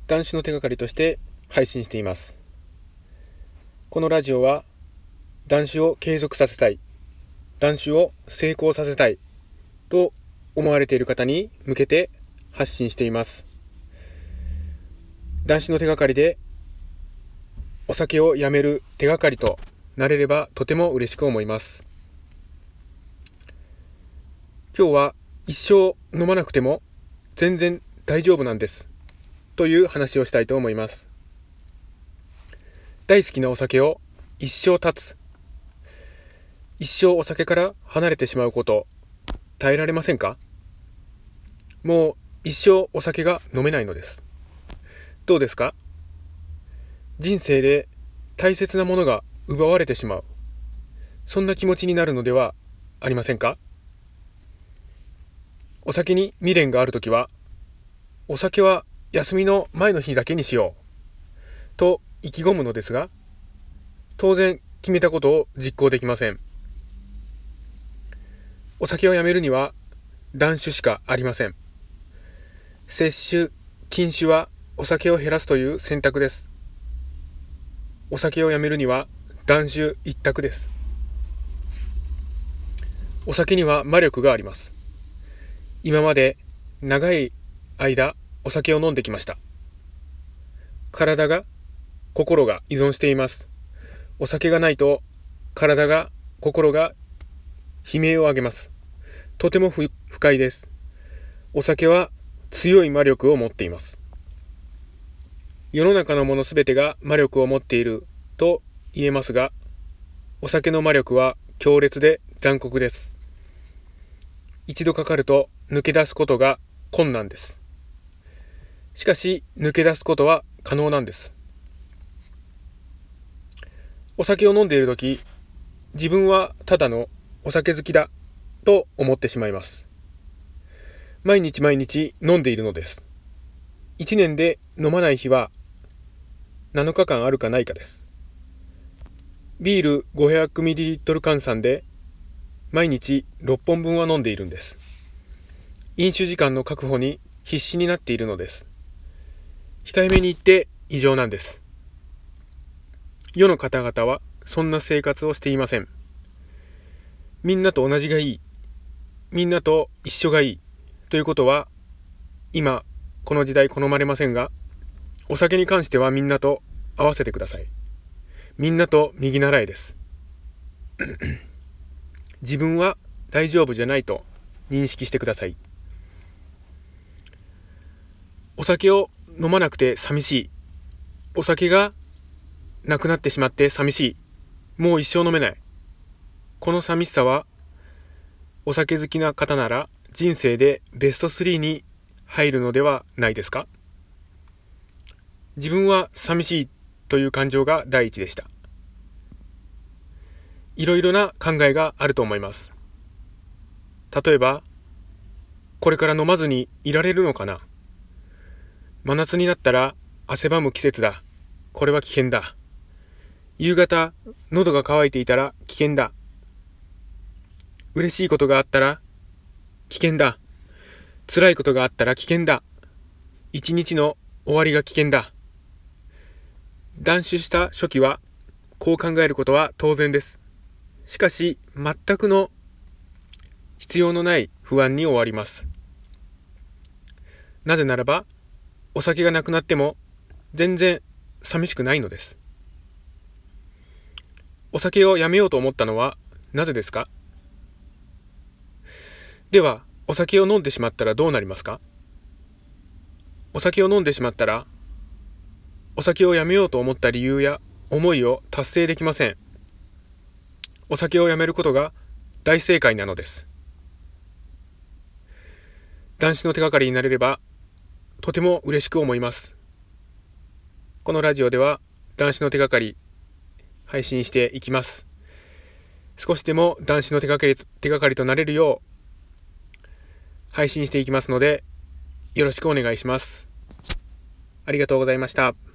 男子の手がかりとして配信しています。このラジオは男子を継続させたい、男子を成功させたいと思われている方に向けて発信しています。男子の手がかりでお酒をやめる手がかりとなれればとても嬉しく思います。今日は一生飲まなくても全然大丈夫なんですという話をしたいと思います。大好きなお酒を一生断つ、一生お酒から離れてしまうこと、耐えられませんか？もう一生お酒が飲めないのです。どうですか？人生で大切なものが奪われてしまう、そんな気持ちになるのではありませんか？お酒に未練があるときは、お酒は休みの前の日だけにしようと意気込むのですが、当然決めたことを実行できません。お酒をやめるには断酒しかありません。摂取、禁酒はお酒を減らすという選択です。お酒をやめるには断酒一択です。お酒には魔力があります。今まで長い間お酒を飲んできました。体が、心が依存しています。お酒がないと体が、心が悲鳴を上げます。とても不快です。お酒は強い魔力を持っています。世の中のものすべてが魔力を持っていると言えますが、お酒の魔力は強烈で残酷です。一度かかると抜け出すことが困難です。しかし抜け出すことは可能なんです。お酒を飲んでいるとき、自分はただのお酒好きだと思ってしまいます。毎日毎日飲んでいるのです。1年で飲まない日は7日間あるかないかです。ビール 500ml 換算で毎日6本分は飲んでいるんです。飲酒時間の確保に必死になっているのです。控えめに言って異常なんです。世の方々はそんな生活をしていません。みんなと同じがいい、みんなと一緒がいいということは今この時代好まれませんが、お酒に関してはみんなと合わせてください。みんなと右習いです。自分は大丈夫じゃないと認識してください。お酒を飲まなくて寂しい。お酒がなくなってしまって寂しい。もう一生飲めない。この寂しさは、お酒好きな方なら人生でベスト3に入るのではないですか？自分は寂しいという感情が第一でした。いろいろな考えがあると思います。例えば、これから飲まずにいられるのかな？真夏になったら汗ばむ季節だ。これは危険だ。夕方、喉が渇いていたら危険だ。嬉しいことがあったら危険だ。辛いことがあったら危険だ。一日の終わりが危険だ。断酒した初期はこう考えることは当然です。しかし全くの必要のない不安に終わります。なぜならば、お酒がなくなっても全然寂しくないのです。お酒をやめようと思ったのはなぜですか？では、お酒を飲んでしまったらどうなりますか？お酒を飲んでしまったら、お酒をやめようと思った理由や思いを達成できません。お酒をやめることが大正解なのです。男子の手がかりになれればとても嬉しく思います。このラジオでは男子の手がかり配信していきます。少しでも男子の手がかりとなれるよう配信していきますので、よろしくお願いします。ありがとうございました。